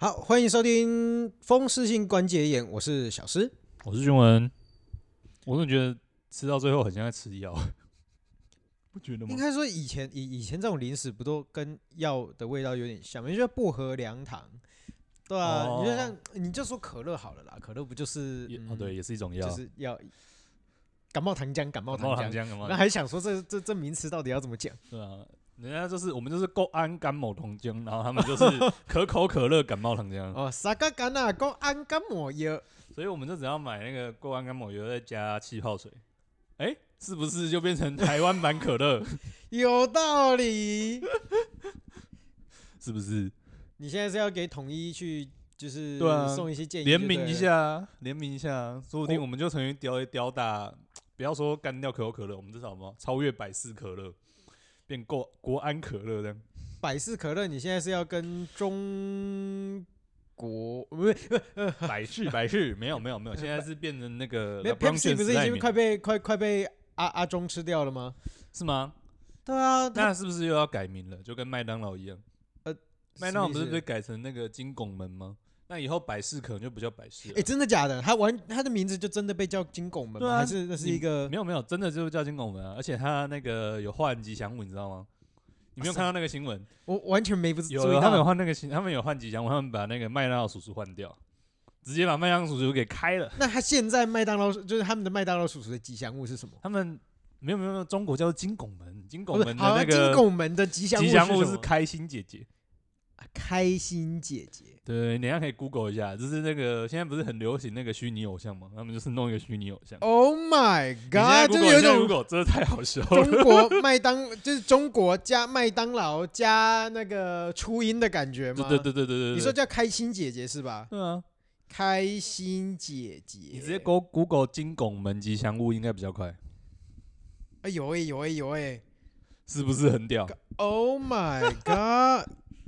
好，欢迎收听风湿性关节炎，我是小施， 我是俊文。我真的觉得吃到最后很像在吃药，不觉得吗？ 应该说以前这种零食不都跟药的味道有点像吗？就叫薄荷凉糖，对啊， 哦你就说可乐好了啦，可乐不就是对，也是一种药， 就是要感冒糖浆，感冒糖浆， 感冒那还想说这名词到底要怎么讲？ 对啊，人家我们就是够安感冒糖浆，然后他们就是可口可乐感冒糖浆。 哦，啥个干啊，够安感冒药， 所以我们就只要买那个够安感冒药，再加气泡水，是不是就变成台湾版可乐？ 有道理。 是不是？ 你现在是要给统一去，就是对啊送一些建议， 联名一下，联名一下，说不定我们就成为吊打，不要说干掉可口可乐，我们至少什么超越百事可乐，变国安可乐这样。 百事可乐，你现在是要跟中国不是百事没有，现在是变成那个 Pepsi 不是已经快快被阿中吃掉了吗？ 是吗？ 对啊， 那是不是又要改名了？就跟麦当劳一样。麦当劳不是被改成那个金拱门吗？那以后百事可能就不叫百事了。 真的假的？他的名字就真的被叫金拱门吗？ 对啊， 还是那是一个？ 没有，真的就叫金拱门啊！而且他那个有换吉祥物，你知道吗？你没有看到那个新闻？ 我完全没注意有， 到。 他们有换那个他们有换吉祥物，他们把那个麦当劳叔叔换掉，直接把麦当劳叔叔给开了。 那他现在麦当劳就是他们的麦当劳叔叔的吉祥物是什么？ 他们没有，中国叫做金拱门，金拱门的那个金拱门的吉祥物是开心姐姐。 开心姐姐， 对，你等一下可以 Google 一下，就是那个现在不是很流行那个虚拟偶像吗？他们就是弄一个虚拟偶像。 Oh my god！ 就是有一种 Google， 真的太好笑了。 中国就是中国加麦当劳加那个初音的感觉吗？ 对， 你说叫开心姐姐是吧？ 对啊， 开心姐姐， 你直接 Google 金拱门吉祥物应该比较快。 有是不是很屌 ？Oh my god！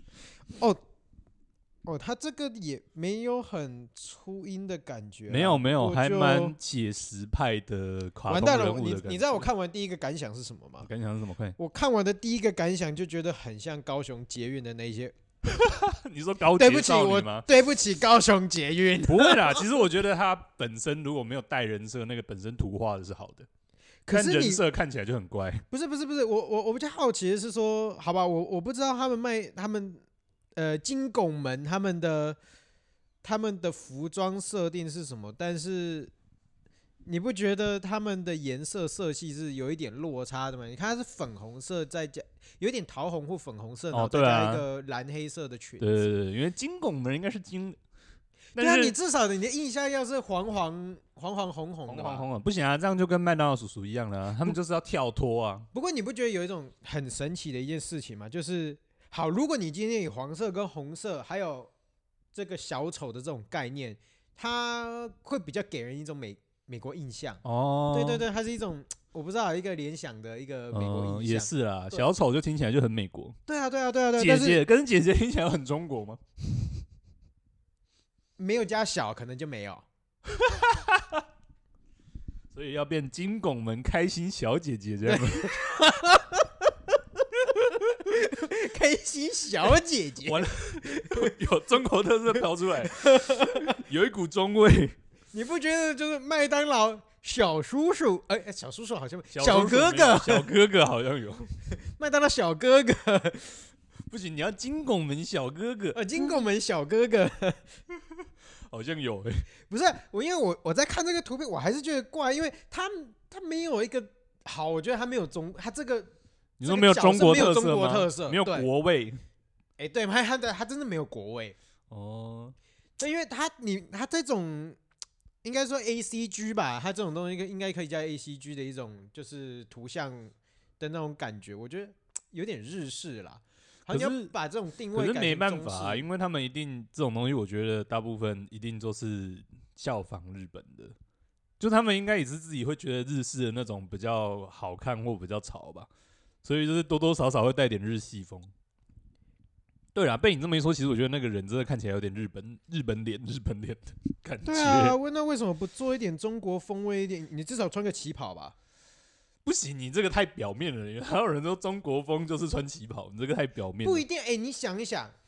他这个也没有很初音的感觉， 没有，还蛮写实派的卡通人物的感觉。 你知道我看完第一个感想是什么吗？ 感想是什么？快！ 我看完的第一个感想就觉得很像高雄捷运的那些。 你说高捷少女吗？ 对不起，高雄捷运。 不会啦，其实我觉得它本身如果没有带人设，那个本身图画的是好的。可是人设看起来就很怪。 不是，我比较好奇的是说，好吧，我不知道他们金拱门他们的服装设定是什么，但是你不觉得他们的颜色色系是有一点落差的吗？你看它是粉红色再加有一点桃红或粉红色，然后再加一个蓝黑色的裙子。 对，因为金拱门应该是金。 对啊，你至少你的印象要是黄红的， 不行啊，这样就跟麦当劳叔叔一样了啊，他们就是要跳脱啊。 不过你不觉得有一种很神奇的一件事情吗？就是好，如果你今天以黄色跟红色还有这个小丑的这种概念，它会比较给人一种美国印象哦。对，它是一种我不知道一个联想的一个美国印象。 也是啦，小丑就听起来就很美国。 对啊。 姐姐跟姐姐听起来很中国吗？ 没有加小，可能就没有。 所以要变金拱门开心小姐姐这样吗？ 开心小姐姐， 完了，有中国特色飘出来，有一股中味。 你不觉得就是麦当劳小叔叔？小叔叔好像小哥哥好像有。 麦当劳小哥哥不行，你要金拱门小哥哥。 金拱门小哥哥好像有不是因为我在看这个图片，我还是觉得怪，因为他没有一个好，我觉得他没有他这个。 你说没有中国特色吗？ 没有国味。 对，他真的没有国味哦。对，因为他这种应该说 ACG 吧，他这种东西应该可以叫 ACG 的一种就是图像的那种感觉，我觉得有点日式啦。 可是你要把这种定位， 可是没办法啊，因为他们一定这种东西，我觉得大部分一定都是效仿日本的，就他们应该也是自己会觉得日式的那种比较好看或比较潮吧，所以就是多多少少会带点日系风。对啦，被你这么一说，其实我觉得那个人真的看起来有点日本脸的感觉。 对啊，那为什么不做一点中国风味一点？你至少穿个旗袍吧。 不行，你这个太表面了。还有人说中国风就是穿旗袍，你这个太表面了。 不一定，你想一想，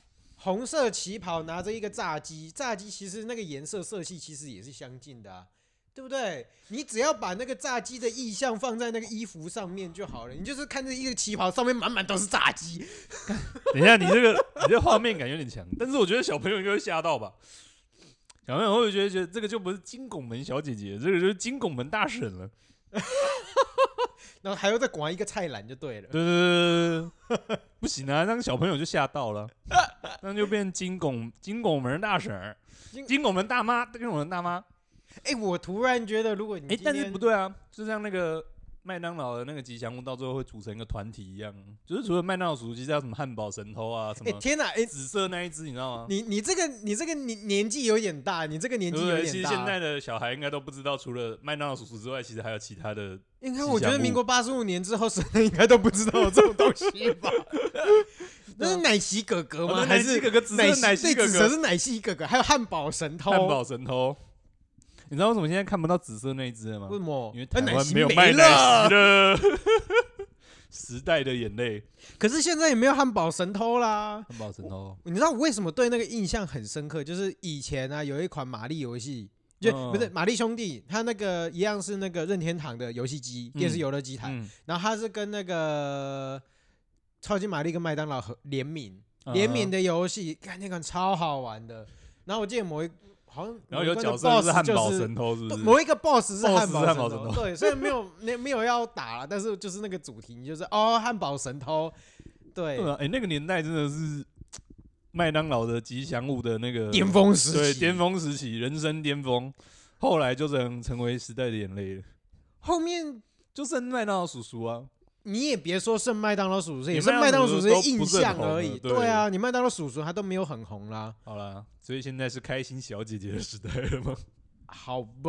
红色旗袍拿着一个炸鸡，炸鸡其实那个颜色色系其实也是相近的啊，对不对？你只要把那个炸鸡的意象放在那个衣服上面就好了，你就是看着一个旗袍上面满满都是炸鸡。 等一下，你这画面感有点强，但是我觉得小朋友应该会吓到吧？小朋友会觉得这个就不是金拱门小姐姐，这个就是金拱门大婶了。 然后还要再刮一个菜篮就对了。 对，不行啊，让小朋友就吓到了，那就变金拱门大婶，金拱门大妈，金拱门大妈。 我突然觉得，如果你但是不对啊，就像那个麦当劳的那个吉祥物，到最后会组成一个团体一样，就是除了麦当劳薯，其实还有什么汉堡神偷啊，什么天哪， 紫色那一只，你知道吗？ 你这个年纪有点大，你这个年纪有点大。 其实现在的小孩应该都不知道，除了麦当劳叔叔之外，其实还有其他的。 应该我觉得民国85年之后，生的应该都不知道有这种东西吧？那是奶昔哥哥吗？ 奶昔哥哥，紫色奶昔哥哥是奶昔哥哥，还有汉堡神偷。 汉堡神偷，你知道为什么现在看不到紫色那一只了吗？ 为什么？ 因为台湾没有卖奶昔了。时代的眼泪。 可是现在也没有汉堡神偷啦。 汉堡神偷， 你知道我为什么对那个印象很深刻？就是以前啊，有一款玛丽游戏。不是玛丽兄弟，他那个一样是那个任天堂的游戏机，电视游乐机台，然后他是跟那个超级玛丽跟麦当劳联名的游戏，看那款超好玩的。然后我记得好像然后有角色是汉堡神偷，是不是？ 某一个 boss 是汉堡神偷， 对，虽然没有要打了，但是就是那个主题就是汉堡神偷，对， 那个年代真的是。麦当劳的吉祥物的那个巅峰时期， 对，巅峰时期，人生巅峰，后来就成为时代的眼泪了。 后面就剩麦当劳叔叔啊， 你也别说剩麦当劳叔叔，也是麦当劳叔叔的印象而已。对啊，你麦当劳叔叔他都没有很红啦。 好啦，所以现在是开心小姐姐的时代了吗？ 好吧，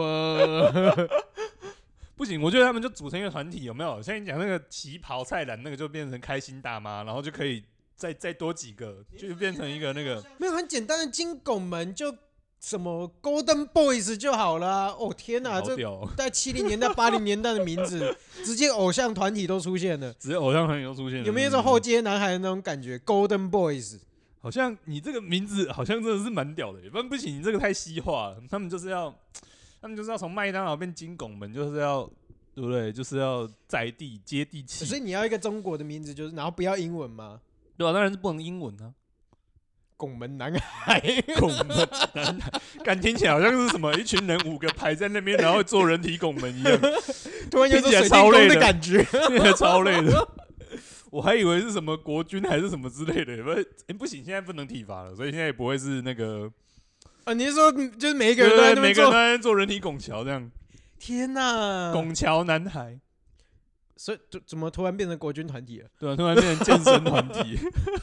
不行，我觉得他们就组成一个团体，有没有？像你讲那个旗袍菜篮，那个就变成开心大妈，然后就可以。再多几个，就变成一个那个没有很简单的金拱门，就什么 Golden Boys 就好了。哦天哪，这在70年代、80年代的名字，直接偶像团体都出现了， 直接偶像团体都出现了。 有没有一种后街男孩的那种感觉 ？Golden Boys， 好像你这个名字好像真的是蛮屌的，不行，你这个太西化了。他们就是要从麦当劳变金拱门，就是要对不对？就是要在地接地气。 所以你要一个中国的名字，就是然后不要英文吗？ 对啊，当然是不能英文啊。 拱门男孩， 拱门男孩，感听起来好像是什么一群人5个排在那边，然后做人体拱门一样， 突然有种水晶宫的感觉， 听起来超累的。我还以为是什么国军还是什么之类的，不行，现在不能体罚了，所以现在也不会是那个。 你是说就是每一个人都在做人体拱桥这样？ 天哪， 拱桥男孩。 所以怎么突然变成国军团体了？ 对啊，突然变成健身团体。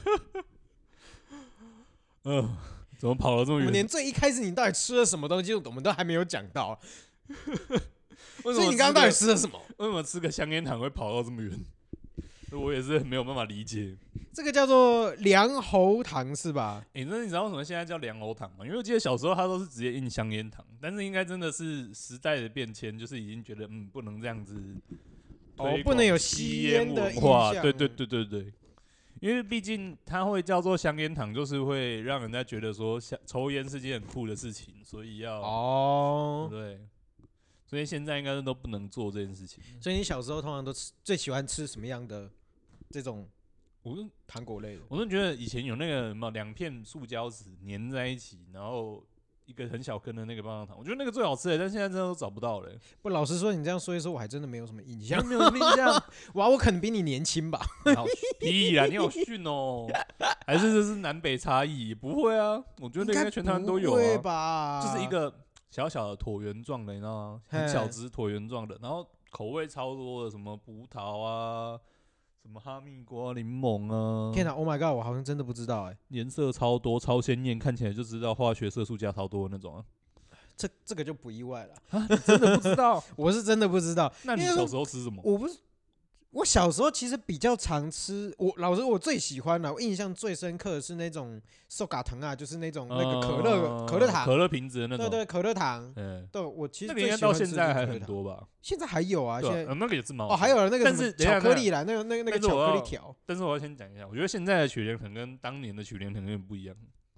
怎么跑了这么远？ 我们连最一开始你到底吃了什么东西，我们都还没有讲到。所以你刚刚到底吃了什么？ 为什么吃个香烟糖会跑到这么远？我也是没有办法理解。 这个叫做凉喉糖是吧？ 那你知道为什么现在叫凉喉糖吗？因为我记得小时候它都是直接印香烟糖，但是应该真的是时代的变迁，就是已经觉得不能这样子。 不能有吸烟的文化，对，因为毕竟它会叫做香烟糖，就是会让人家觉得说抽烟是件很酷的事情，所以要对，所以现在应该都不能做这件事情。 所以你小时候通常都最喜欢吃什么样的这种糖果类的？ 我就觉得以前有那个什么2片塑胶纸粘在一起，然后。一个很小颗的那个棒棒糖，我觉得那个最好吃的，但现在真的都找不到了。 不，老实说，你这样说一说，我还真的没有什么印象。 没有什么印象？ 哇，我可能比你年轻吧？ 屁啦，你好逊哦！还是这是南北差异？不会啊，我觉得应该全台湾都有啊。 不会吧？ 就是一个小小的椭圆状的，你知道吗？很小只椭圆状的，然后口味超多的，什么葡萄啊。什么哈密瓜、柠檬啊！ 天哪 ，Oh my god， 我好像真的不知道颜色超多、超鲜艳，看起来就知道化学色素加超多的那种啊。 这个就不意外了啊！你真的不知道？ 我是真的不知道。 那你小时候吃什么？ 我小时候其实比较常吃，老实说，我最喜欢的，我印象最深刻的是那种寿嘎糖啊，就是那种那个可乐糖， 可乐瓶子的那种。 对，可乐糖。对，我其实那个应该到现在还很多吧？ 现在还有啊，现在那个也是蛮好。 还有那个什么巧克力啦，那个巧克力条。 但是我要先讲一下，我觉得现在的曲联可能跟当年的曲联可能有点不一样。 那个巧克力条。但是我要先讲一下，我觉得现在的曲联可能跟当年的曲联可能有点不一样。但是我要先讲一下，我觉得现在的曲联可能跟当年的曲联可能有点不一样。 但是我要先讲一下，我觉得现在的曲联可能跟当年的曲联可能有点不一样。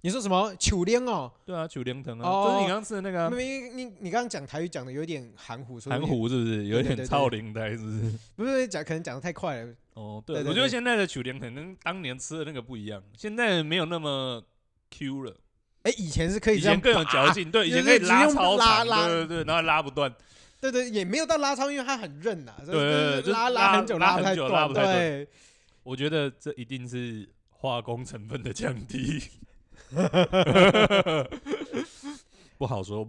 你说什么球莲哦？ 对啊，球莲藤啊，就是你刚刚吃的那个、啊。 你刚刚讲台语讲的有点含糊， 含糊是不是？有点超龄的，是不是？ 不是可能讲的太快了。 哦，对，我觉得现在的球莲可能当年吃的那个不一样，现在没有那么 Q 了。 以前是可以这样， 以前更有嚼劲，对，以前可以拉超长，对，然后拉不断。 对，也没有到拉超，因为它很韧呐。 对， 拉很久，拉不太断。对， 我觉得这一定是化工成分的降低。不好说。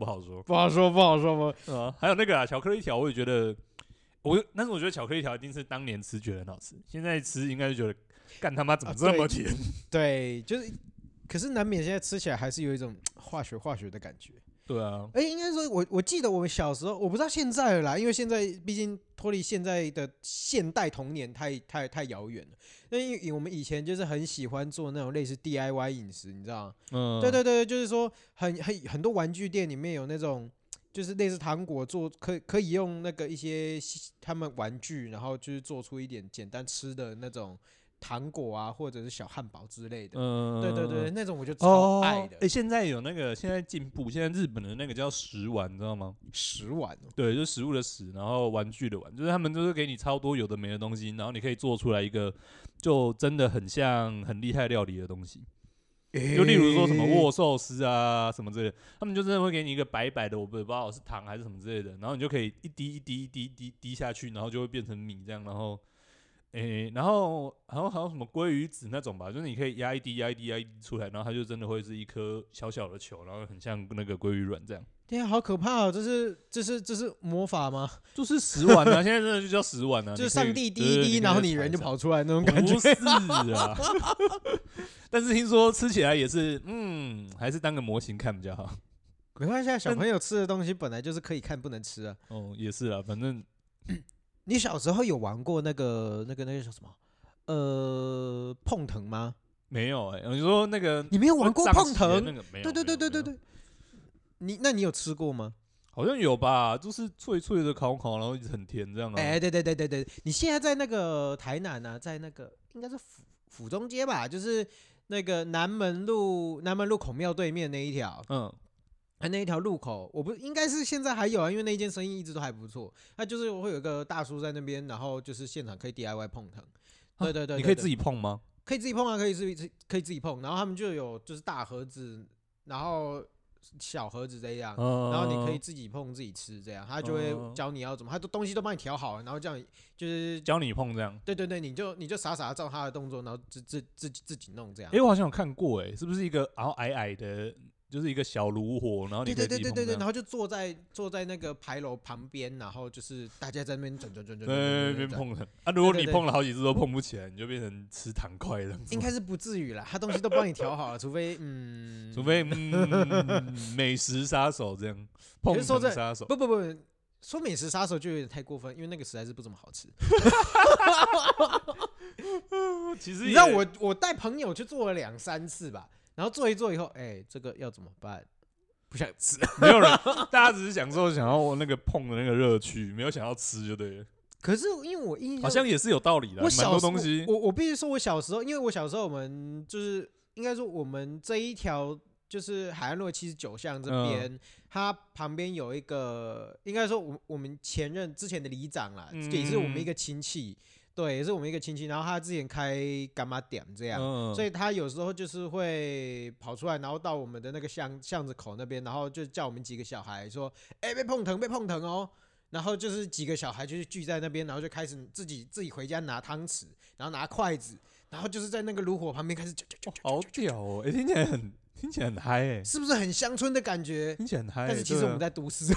还有那个巧克力条，我也觉得，但是我觉得巧克力条一定是当年吃觉得很好吃，现在吃应该就觉得干他妈怎么这么甜？ 对，就是，可是难免现在吃起来还是有一种化学的感觉。 对啊， 应该说我记得我们小时候，我不知道现在了啦，因为现在毕竟脱离现在的现代童年太遥远了。那因为我们以前就是很喜欢做那种类似 DIY 饮食，你知道吗？对，就是说很多玩具店里面有那种就是类似糖果做可以用那个一些他们玩具，然后就是做出一点简单吃的那种。糖果啊，或者是小汉堡之类的，对，那种我就超爱的。 现在有那个，现在进步，现在日本的那个叫食玩，你知道吗？ 食玩， 对，就是食物的食，然后玩具的玩，就是他们就是给你超多有的没的东西，然后你可以做出来一个，就真的很像很厉害料理的东西。就例如说什么握寿司啊什么之类的，他们就真的会给你一个白白的，我不知道是糖还是什么之类的，然后你就可以一滴一滴一滴一滴下去，然后就会变成米这样，然后。然后好像还有什么鲑鱼子那种吧，就是你可以压一滴出来，然后它就真的会是一颗小小的球，然后很像那个鲑鱼卵这样。 天啊，好可怕哦！这是魔法吗？ 就是食玩啊，现在真的就叫食玩啊， 就是上帝滴一滴，然后你人就跑出来那种感觉。 不是啊，但是听说吃起来也是，还是当个模型看比较好。 没关系，小朋友吃的东西本来就是可以看不能吃啊。 哦，也是啊，反正。 你小时候有玩过那个叫什么？碰藤吗？ 没有你说那个你没有玩过碰藤？ 那个没有。对。那你有吃过吗？ 好像有吧，就是脆脆的烤，然后一直很甜这样啊。 对，你现在在那个台南啊，在那个应该是府中街吧，就是那个南门路孔庙对面那一条。那一条路口，我不应该是现在还有啊，因为那间生意一直都还不错。那就是会有一个大叔在那边，然后就是现场可以 DIY 碰藤。对， 你可以自己碰吗？ 可以自己碰啊，可以自己碰。然后他们就有就是大盒子，然后小盒子这样，然后你可以自己碰自己吃这样，他就会教你要怎么，他的东西都帮你调好了，然后这样就是教你碰这样。 对，你就傻傻的照他的动作，然后自己弄这样。 我好像有看过是不是一个然后矮矮的？就是一个小炉火，然后你可以自己碰。 对，然后就坐在那个牌楼旁边，然后就是大家在那边转， 那边碰的啊。如果你碰了好几次都碰不起来，你就变成吃糖块了。 应该是不至于啦，他东西都帮你调好了，除非美食杀手这样。碰藤杀手不，说美食杀手就有点太过分，因为那个实在是不怎么好吃。 其实你知道我带朋友去做了2-3次吧。然后做一做以后，这个要怎么办？不想吃。 没有人，大家只是想要那个碰的那个乐趣，没有想要吃就对了。 可是因为我印象好像也是有道理的，蛮多东西。 我必须说，我小时候，因为我小时候我们就是应该说我们这一条就是海岸路79巷这边，它旁边有一个，应该说我们之前的里长啦，也是我们一个亲戚。对，也是我们一个亲戚，然后他之前开干妈店这样，所以他有时候就是会跑出来，然后到我们的那个巷子口那边，然后就叫我们几个小孩说：“被碰藤哦！”然后就是几个小孩就是聚在那边，然后就开始自己回家拿汤匙，然后拿筷子，然后就是在那个炉火旁边开始好屌哦！听起来很嗨是不是很乡村的感觉？ 听起来很嗨， 但是其实我们在都市。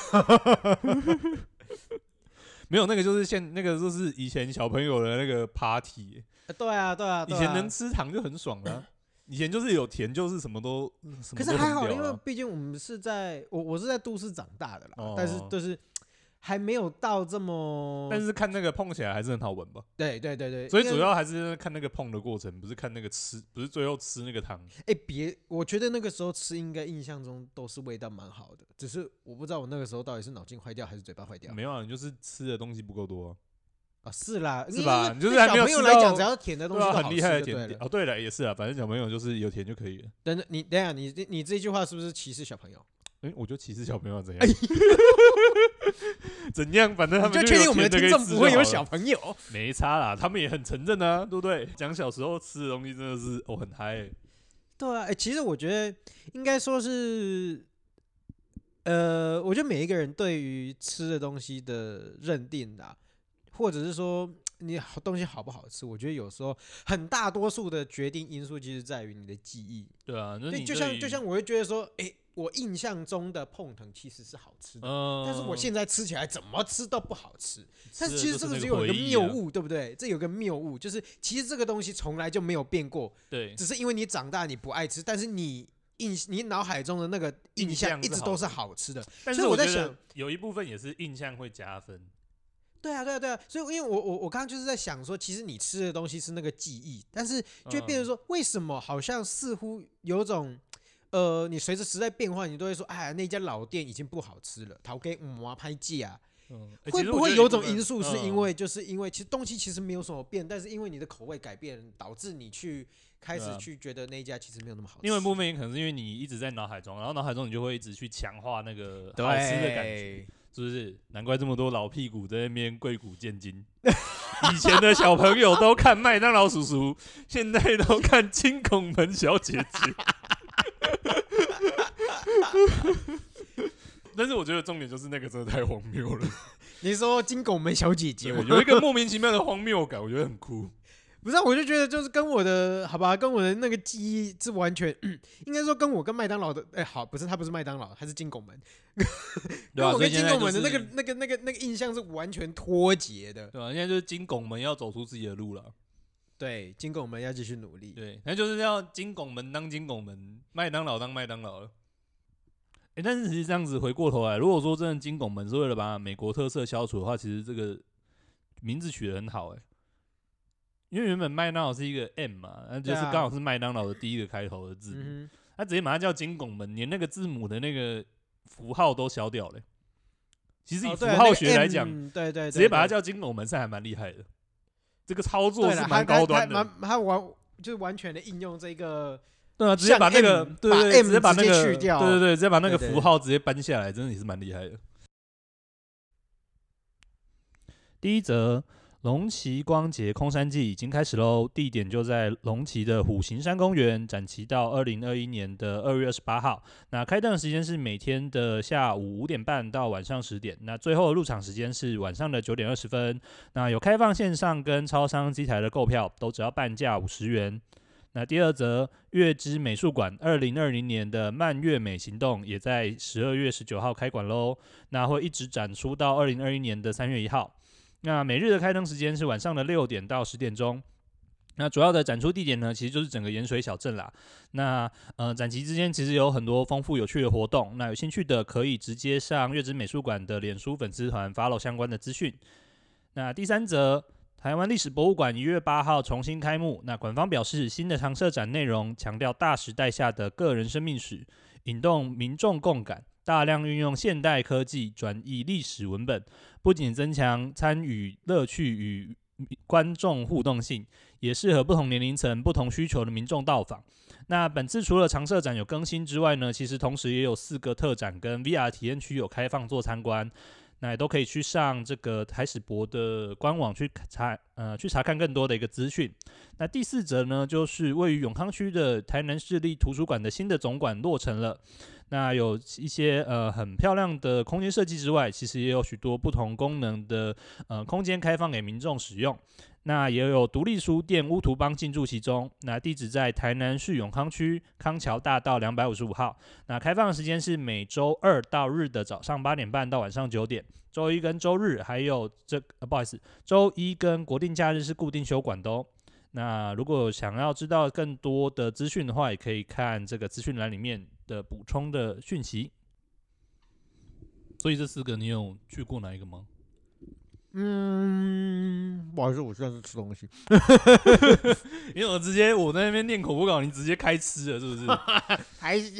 没有那个就是那个就是以前小朋友的那个 party。 对啊。 以前能吃糖就很爽啊。以前就是有甜，就是什么都。 可是还好，因为毕竟我们是我是在都市长大的啦，但是就是还没有到这么。 但是看那个碰起来还是很好闻吧？ 对。 所以主要还是看那个碰的过程，不是看那个吃，不是最后吃那个汤。 我觉得那个时候吃应该印象中都是味道蛮好的，只是我不知道我那个时候到底是脑筋坏掉还是嘴巴坏掉。 没有啊，你就是吃的东西不够多哦，是啦， 是吧？就是对还没有吃到小朋友来讲，只要甜的东西对啊， 都好很厉害的吃就对了。 甜点哦。对了，也是啊，反正小朋友就是有甜就可以了。 等一下，你这句话是不是歧视小朋友？ 我就歧视小朋友怎样？怎样？反正他们就确定我们的听众不会有小朋友？ 没差啦，他们也很承认啊，对不对？讲小时候吃的东西真的是很嗨、欸。 对啊，其实我觉得应该说是，我觉得每一个人对于吃的东西的认定啊，或者是说你东西好不好吃，我觉得有时候很大多数的决定因素其实在于你的记忆。 对啊，那你就像我会觉得说，我印象中的碰藤其实是好吃的，但是我现在吃起来怎么吃都不好吃。但是其实这个只有一个谬误，对不对？这有个谬误，就是其实这个东西从来就没有变过， 对， 只是因为你长大你不爱吃，但是你脑海中的那个印象一直都是好吃的。 但是我在想，有一部分也是印象会加分。 对啊，所以因为我刚刚就是在想说，其实你吃的东西是那个记忆，但是就会变成说，为什么好像似乎有种你随着时代变化，你都会说，哎，那家老店已经不好吃了，讨给拍价。会不会有种因素是因为其实东西其实没有什么变，但是因为你的口味改变，导致你开始去觉得那一家其实没有那么好吃。 另外一部分也可能是因为你一直在脑海中，然后脑海中你就会一直去强化那个好吃的感觉。是不是？难怪这么多老屁股在那边贵古见今。以前的小朋友都看麦当劳叔叔，现在都看金拱门小姐姐。但是我觉得重点就是那个真的太荒谬了。 你说金拱门小姐姐， 有一个莫名其妙的荒谬感，我觉得很酷。 不是、啊，我就觉得就是跟我的那个记忆是完全，应该说跟我跟麦当劳的，好，不是，他不是麦当劳，他是金拱门，跟我跟金拱门的那个印象是完全脱节的。 对啊，现在就是金拱门要走出自己的路了。 对，金拱门要继续努力。 对，那就是要金拱门当金拱门，麦当劳当麦当劳了。但是其实这样子回过头来，如果说真的金拱门是为了把美国特色消除的话，其实这个名字取得很好因为原本麦当劳是一个 M 嘛，那就是刚好是麦当劳的第一个开头的字母，他直接把它叫金拱门，连那个字母的那个符号都消掉了。其实以符号学来讲， 对， 直接把它叫金拱门是还蛮厉害的。这个操作是蛮高端的， 他就是完全的应用这个。 对啊，直接把那个对， 直接把那个去掉， 对，直接把那个符号直接搬下来，真的也是蛮厉害的。第一则，龙崎光节空山祭已经开始喽，地点就在龙崎的虎形山公园，展期到2021年的2月28号。那开灯的时间是每天的下午5点半到晚上10点，那最后的入场时间是晚上的9点20分。那有开放线上跟超商机台的购票，都只要半价50元。那第二则，月之美术馆2020年的漫月美行动也在12月19号开馆喽。那会一直展出到2021年的3月1号。那每日的开灯时间是晚上的6点到10点钟。那主要的展出地点呢，其实就是整个盐水小镇啦。那展期之间其实有很多丰富有趣的活动，那有兴趣的可以直接上月之美术馆的脸书粉丝团 follow 相关的资讯。那第三则，台湾历史博物馆1月8号重新开幕，那馆方表示，新的常设展内容强调大时代下的个人生命史，引动民众共感，大量运用现代科技转译历史文本，不仅增强参与乐趣与观众互动性，也适合不同年龄层、不同需求的民众到访。那本次除了常设展有更新之外呢，其实同时也有4个特展跟 VR 体验区有开放做参观。那也都可以去上这个台史博的官网去查看更多的一个资讯。那第4则呢，就是位于永康区的台南市立图书馆的新的总馆落成了。那有一些很漂亮的空间设计之外，其实也有许多不同功能的空间开放给民众使用。那也有独立书店乌图邦进驻其中，那地址在台南市永康区康桥大道255号。那开放的时间是每周2到日的早上8点半到晚上9点，周一跟周日还有不好意思，周一跟国定假日是固定休馆的哦。那如果想要知道更多的资讯的话，也可以看这个资讯栏里面的补充的讯息。所以这4个你有去过哪一个吗？ 不好意思，我现在是吃东西。 因为我直接我在那边念口播稿，你直接开吃了，是不是？ 还是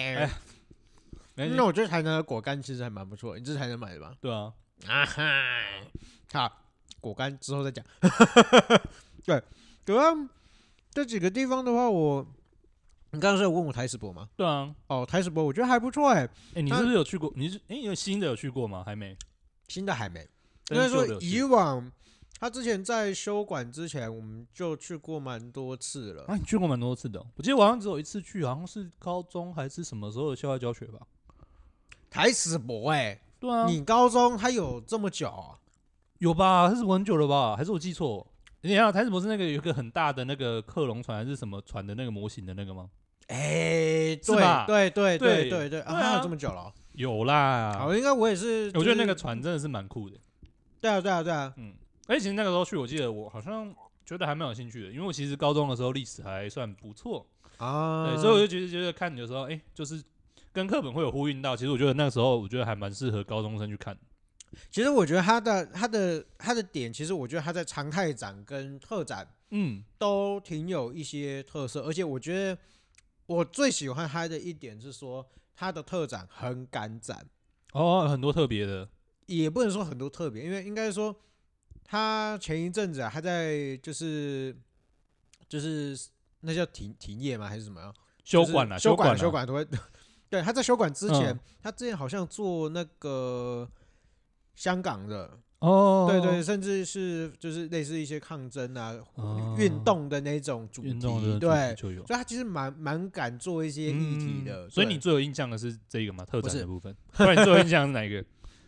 那我觉得台南的果干其实还蛮不错，你这是台南买的吧？ 对啊。 好， 果干之后再讲。对，主要这几个地方的话，你刚刚是有问我台史博吗？ 对啊， 哦，台史博我觉得还不错你是不是有去过？你有新的有去过吗？还没， 新的还没。应该说以往他之前在修馆之前，我们就去过蛮多次了。 啊，你去过蛮多次的我记得我好像只有一次去，好像是高中还是什么时候的校外教学吧。 台史博对啊， 你高中还有这么久啊？ 有吧？是很久了吧？还是我记错？你看台史博是那个有一个很大的那个克隆船还是什么船的那个模型的那个吗？ 对吧对， 还有这么久了？ 有啦。 好，应该我也是。 我觉得那个船真的是蛮酷的。 对啊。 而且其实那个时候去，我记得我好像觉得还蛮有兴趣的，因为我其实高中的时候历史还算不错啊。对，所以我就觉得看你的时候，就是跟课本会有呼应到。其实我觉得那个时候，我觉得还蛮适合高中生去看。 其实我觉得他的点，其实我觉得他在常态展跟特展，都挺有一些特色。而且我觉得我最喜欢他的一点是说，他的特展很敢展。 很多特别的， 也不能说很多特别，因为应该说他前一阵子他在就是那叫停业吗？还是什么？ 修馆了， 修馆都会。对，他在修馆之前，他之前好像做那个香港的对，甚至是就是类似一些抗争啊、运动的那种主题，对，所以他其实蛮敢做一些议题的。 所以你最有印象的是这个吗？特展的部分？不然你最有印象是哪一个？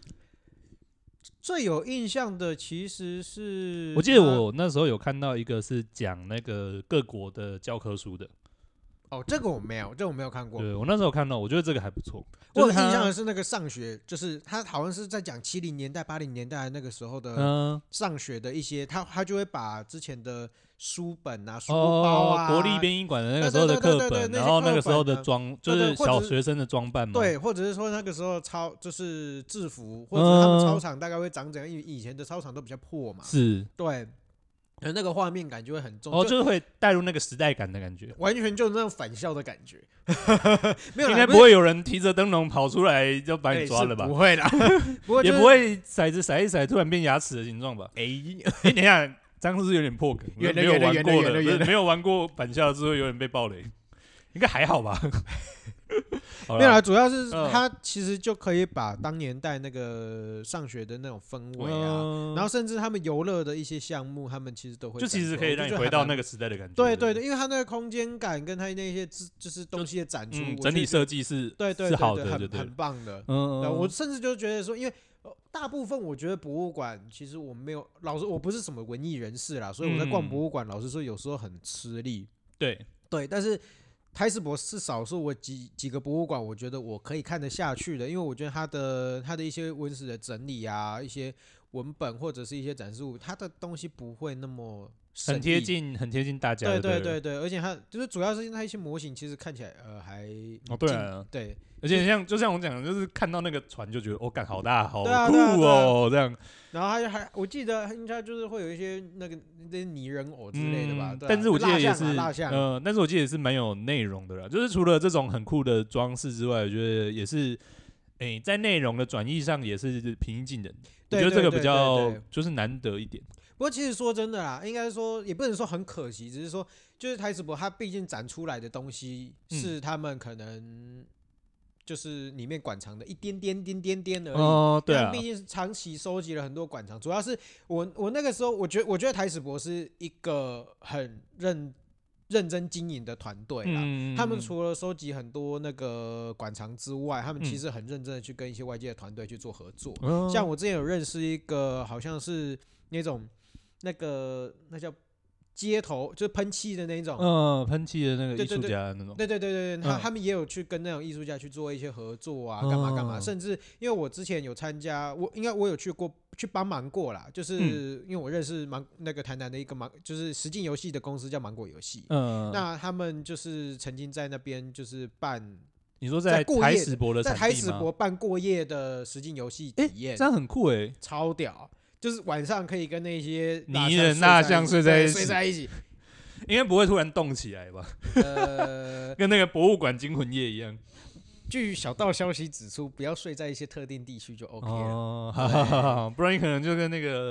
最有印象的其实是， 我记得我那时候有看到一个是讲那个各国的教科书的。 这个我没有看过。 对，我那时候有看到，我觉得这个还不错。 我有印象的是那个上学，就是他好像是在讲70年代、80年代那个时候的上学的一些，他就会把之前的书本啊、书包啊， 国立编译馆的那个时候的课本，然后那个时候的就是小学生的装扮嘛， 对，或者是说那个时候就是制服，或者他们操场大概会长怎样，因为以前的操场都比较破嘛， 是， 对。那个画面感就会很重， 就是会带入那个时代感的感觉， 完全就是那种返校的感觉。没有， 应该不会有人提着灯笼跑出来就把你抓了吧？ 不会啦， 也不会骰子骰一骰突然变牙齿的形状吧？等一下，这样是不是有点破梗？没有玩过的，没有玩过返校之后有点被爆雷，应该还好吧？ 没有啦，主要是他其实就可以把当年代那个上学的那种氛围啊，然后甚至他们游乐的一些项目，他们其实都会， 就其实可以让你回到那个时代的感觉。 对，因为他那个空间感跟他那些就是东西的展出， 整体设计是好的， 很棒的。我甚至就觉得说，因为大部分我觉得博物馆其实我没有，老实我不是什么文艺人士啦，所以我在逛博物馆，老实说有时候很吃力。对，但是台史博是少数我几个博物馆，我觉得我可以看得下去的，因为我觉得他的一些文史的整理啊，一些文本或者是一些展示物，他的东西不会那么很贴近大家。 对，而且他就是主要是他一些模型其实看起来还对， 而且就像我讲的，就是看到那个船就觉得干好大好酷哦这样。 然后我记得应该就是会有一些那些拟人偶之类的吧， 但是我记得也是但是我记得也是蛮有内容的啦，就是除了这种很酷的装饰之外，我觉得也是在内容的转译上也是平易近人。我觉得这个比较就是难得一点。 不过其实说真的啦，应该说也不能说很可惜，只是说就是台史博他毕竟展出来的东西是他们可能就是里面馆藏的一点点而已。对啊，毕竟是长期收集了很多馆藏，主要是我那个时候我觉得台史博是一个很认真经营的团队啦。他们除了收集很多那个馆藏之外，他们其实很认真的去跟一些外界的团队去做合作。像我之前有认识一个好像是那种那叫街头就是喷漆的那种， 喷漆的那个艺术家那种， 对，他们也有去跟那种艺术家去做一些合作啊，干嘛，甚至因为我之前有参加，我有去帮忙过啦，就是因为我认识那个台南的一个就是实境游戏的公司叫芒果游戏，那他们就是曾经在那边就是办， 你说在台史博的在台史博办过夜的实境游戏体验， 这样很酷超屌。就是晚上可以跟那些拟人大象睡在一起， 应该不会突然动起来吧？跟那个博物馆惊魂夜一样。 据小道消息指出，不要睡在一些特定地区就 OK 了。 不然你可能就跟那个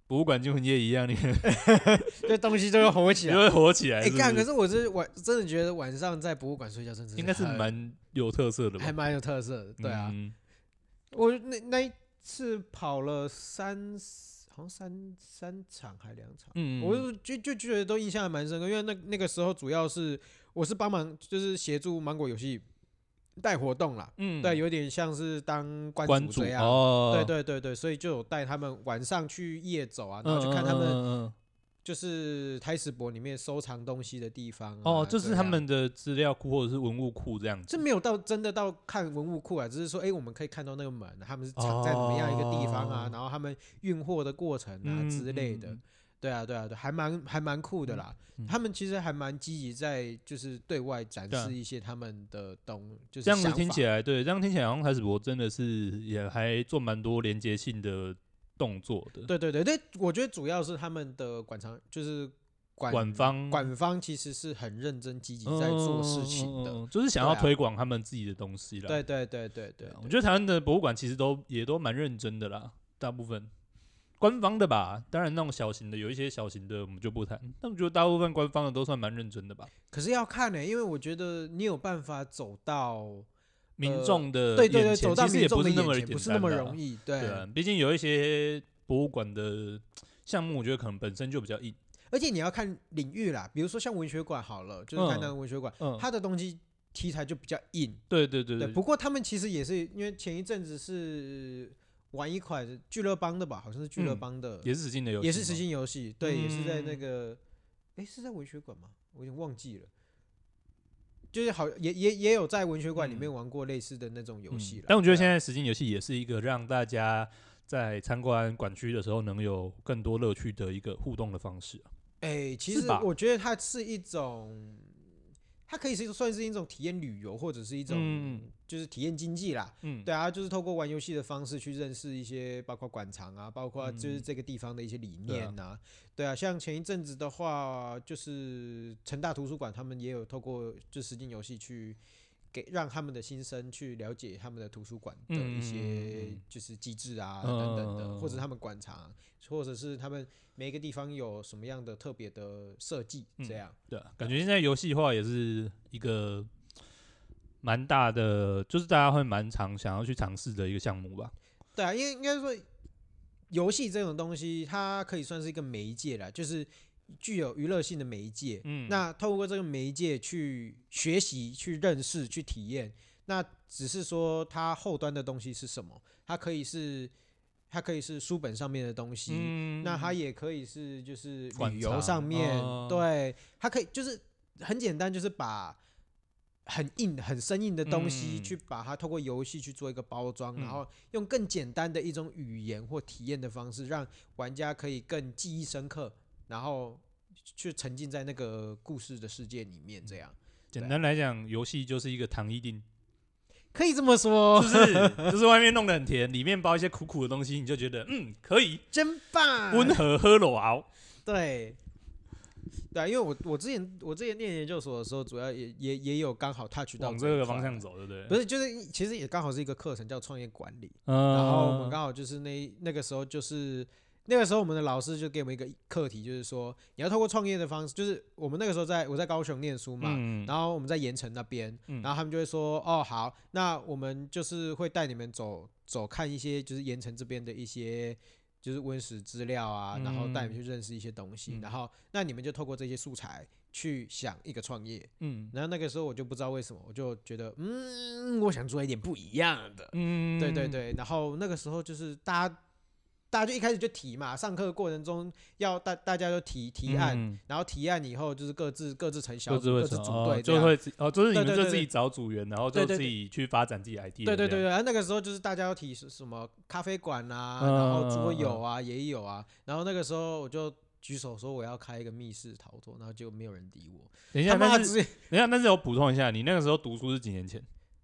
博物馆惊魂夜一样，你这东西就会火起来。 就会火起来。 哎，干！可是我真的觉得晚上在博物馆睡觉，真的应该是蛮有特色的吧？ 还蛮有特色的，对啊。 嗯我那一次跑了好像三场还2场，我就觉得都印象还蛮深刻，因为那个时候主要是我是帮忙就是协助芒果游戏带活动啦，对，有点像是当关主这样，对，所以就有带他们晚上去夜走啊，然后去看他们就是胎石博里面收藏东西的地方啊。 这是他们的资料库或者是文物库这样子。 这没有真的到看文物库啊，只是说，我们可以看到那个门，他们是藏在怎么样一个地方啊，然后他们运货的过程啊之类的。对啊，还蛮酷的啦。他们其实还蛮积极在就是对外展示一些他们的就是这样子听起来，对，这样听起来好像台史博真的是也还做蛮多连结性的动作的。 对，我觉得主要是他们的就是馆方其实是很认真积极在做事情的， 就是想要推广他们自己的东西啦。 对， 我觉得台湾的博物馆其实也都蛮认真的啦，大部分。官方的吧，当然那种小型的有一些小型的我们就不谈，但我觉得大部分官方的都算蛮认真的吧。 可是要看因为我觉得你有办法走到民众的对，走到民众的眼前不是那么容易，对啊，毕竟有一些博物馆的项目，我觉得可能本身就比较硬， 而且你要看领域啦，比如说像文学馆好了，就是台南文学馆，它的东西题材就比较硬， 对。 不过他们其实也是因为前一阵子是玩一款俱乐邦的吧，好像是俱乐邦的， 也是实境的游戏， 也是实境游戏，对，也是在那个，是在文学馆吗？我有点忘记了，就是也有在文学馆里面玩过类似的那种游戏啦。 但我觉得现在实境游戏也是一个让大家在参观馆区的时候能有更多乐趣的一个互动的方式。 其实我觉得它是一种。它可以算是一种体验旅游，或者是一种就是体验经济啦。对啊，就是透过玩游戏的方式去认识一些，包括馆藏啊，包括就是这个地方的一些理念啊。对啊，像前一阵子的话，就是成大图书馆他们也有透过就实境游戏去让他们的新生去了解他们的图书馆的一些就是机制啊等等的，或者他们馆藏，或者是他们每一个地方有什么样的特别的设计，这样。 对啊，感觉现在游戏化也是一个蛮大的，就是大家会蛮常想要去尝试的一个项目吧。 对啊，因为应该说游戏这种东西，它可以算是一个媒介啦，就是具有娱乐性的媒介。那透过这个媒介去学习、去认识、去体验，那只是说它后端的东西是什么？它可以是书本上面的东西，那它也可以是就是旅游上面，对，它可以就是很简单，就是把很硬、很生硬的东西去把它透过游戏去做一个包装，然后用更简单的一种语言或体验的方式，让玩家可以更记忆深刻，然后去沉浸在那个故事的世界里面。这样简单来讲，游戏就是一个糖衣锭。 可以这么说， 就是外面弄得很甜，里面包一些苦苦的东西，你就觉得可以， 真棒， 温和喝裸熬。 对，因为我之前念研究所的时候，主要也有刚好 touch 到往这个方向走，对不对？ 不是，就是其实也刚好是一个课程叫创业管理，然后我们刚好就是那个时候就是那个时候我们的老师就给我们一个课题，就是说你要透过创业的方式，就是我们那个时候我在高雄念书嘛，然后我们在盐城那边，然后他们就会说好，那我们就是会带你们走看一些就是盐城这边的一些就是温史资料啊，然后带你们去认识一些东西，然后那你们就透过这些素材去想一个创业，然后那个时候我就不知道为什么，我就觉得我想做一点不一样的，对，然后那个时候就是大家就一开始就提嘛，上课过程中要大家就提案，然后提案以后就是各自成小组，各自组队， 就会就是你们就自己找组员，然后就自己去发展自己 idea。 对，然后那个时候就是大家要提什么咖啡馆啊，然后桌游啊也有啊，然后那个时候我就举手说我要开一个密室逃脱，然后就没有人理我。 等一下，但是我补充一下，你那个时候读书是几年前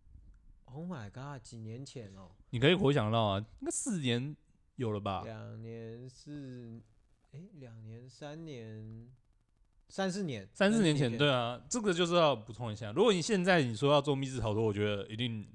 ？Oh my god， 几年前哦？ 你可以回想到啊，那4年。有了吧 ？2年2年3年3-4年 ，3-4年前，对啊，这个就是要补充一下。如果你现在你说要做密室逃脱，我觉得一定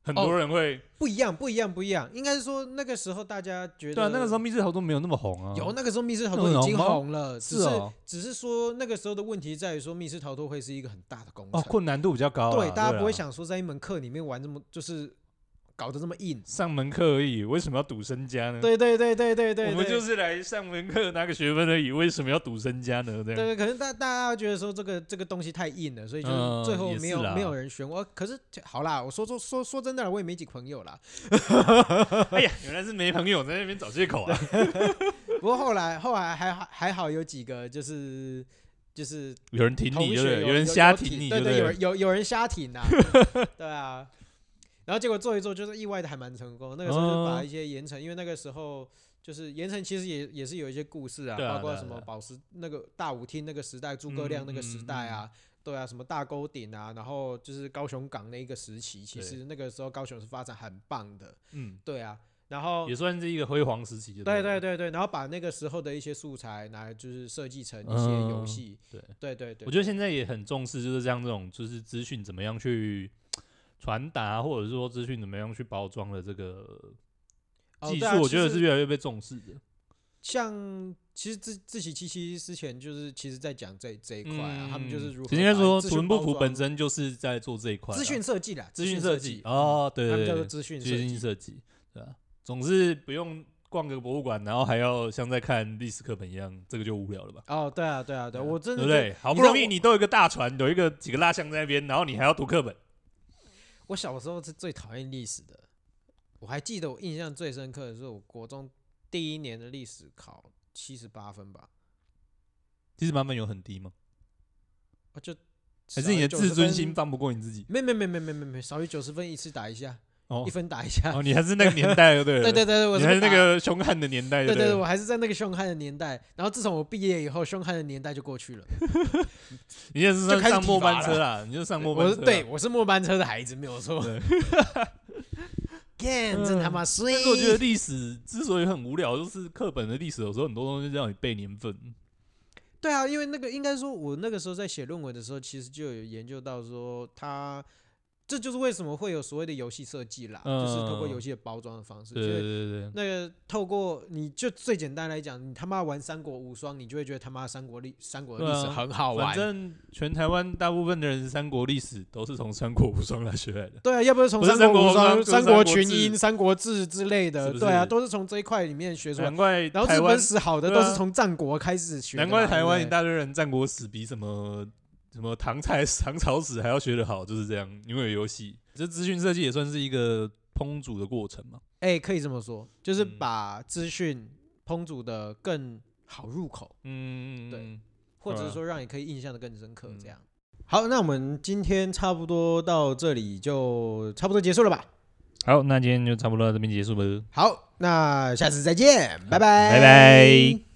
很多人会不一样，应该是说那个时候大家觉得， 对啊，那个时候密室逃脱没有那么红啊。 有那个时候密室逃脱已经红了，只是说那个时候的问题在于说密室逃脱会是一个很大的工程， 困难度比较高。 对，大家不会想说在一门课里面玩这么就是搞得这么硬， 上门课而已，为什么要赌身家呢？ 对， 我们就是来上门课拿个学分而已，为什么要赌身家呢？ 对，可能大家觉得说这个东西太硬了，所以就是最后没有人选我。可是好啦，我说真的，我也没几个朋友啦。 哎呀，原来是没朋友在那边找借口啊。 不过后来还好有几个就是有人挺你，对不对？有人瞎挺你， 对，有人瞎挺啊，对啊。然后结果做一做，就是意外的还蛮成功。那个时候就把一些盐城，因为那个时候就是盐城其实也是有一些故事啊，包括什么宝石那个大舞厅那个时代，诸葛亮那个时代啊，对啊，什么大沟顶啊，然后就是高雄港那一个时期，其实那个时候高雄是发展很棒的，对啊，然后也算是一个辉煌时期。 对，然后把那个时候的一些素材拿来就是设计成一些游戏，对， 我觉得现在也很重视，就是像这种就是资讯怎么样去传达，或者是说资讯怎么样去包装的这个技术，我觉得是越来越被重视的。 像其实志祺七七之前就是其实在讲这一块啊，他们就是如何应该说图文不符本身就是在做这一块资讯设计啦， 资讯设计哦，对， 他们叫做资讯设计，对啊，总是不用逛个博物馆，然后还要像在看历史课本一样，这个就无聊了吧？ 哦，对啊，我真的对不对？好不容易你都有一个大船，有几个蜡像在那边，然后你还要读课本。 我小时候是最讨厌历史的，我还记得我印象最深刻的是我国中第1年的历史考78分吧。 78分有很低吗？ 就还是你的自尊心放不过你自己？ 没，少于90分一次打一下，1分打一下。 你还是那个年代的，对了。 对， 你还是那个凶悍的年代， 对，我还是在那个凶悍的年代。然后自从我毕业以后，凶悍的年代就过去了。 你也是上末班车啦，你就上末班车。 对，我是末班车的孩子，没有错。干，真他妈衰！ 但是我觉得历史之所以很无聊，就是课本的历史有时候很多东西让你背年份。 对啊，因为那个应该说，我那个时候在写论文的时候，其实就有研究到说，这就是为什么会有所谓的游戏设计啦，就是透过游戏的包装的方式。 对， 那个透过你就最简单来讲，你他妈玩三国无双，你就会觉得他妈三国的历史很好玩。 反正全台湾大部分的人三国历史都是从三国无双来学来的。 对啊，要不是从三国无双、三国群英、三国志之类的，对啊，都是从这一块里面学出来。 难怪然后日本史好的都是从战国开始学的。 难怪台湾一大堆人战国史比什么唐朝史还要学得好，就是这样，因为有游戏。这资讯设计也算是一个烹煮的过程嘛？ 可以这么说，就是把资讯烹煮的更好入口，对，或者是说让你可以印象的更深刻，这样。好，那我们今天差不多到这里就差不多结束了吧？ 好，那今天就差不多到这边结束吧。 好，那下次再见，拜拜， 拜拜。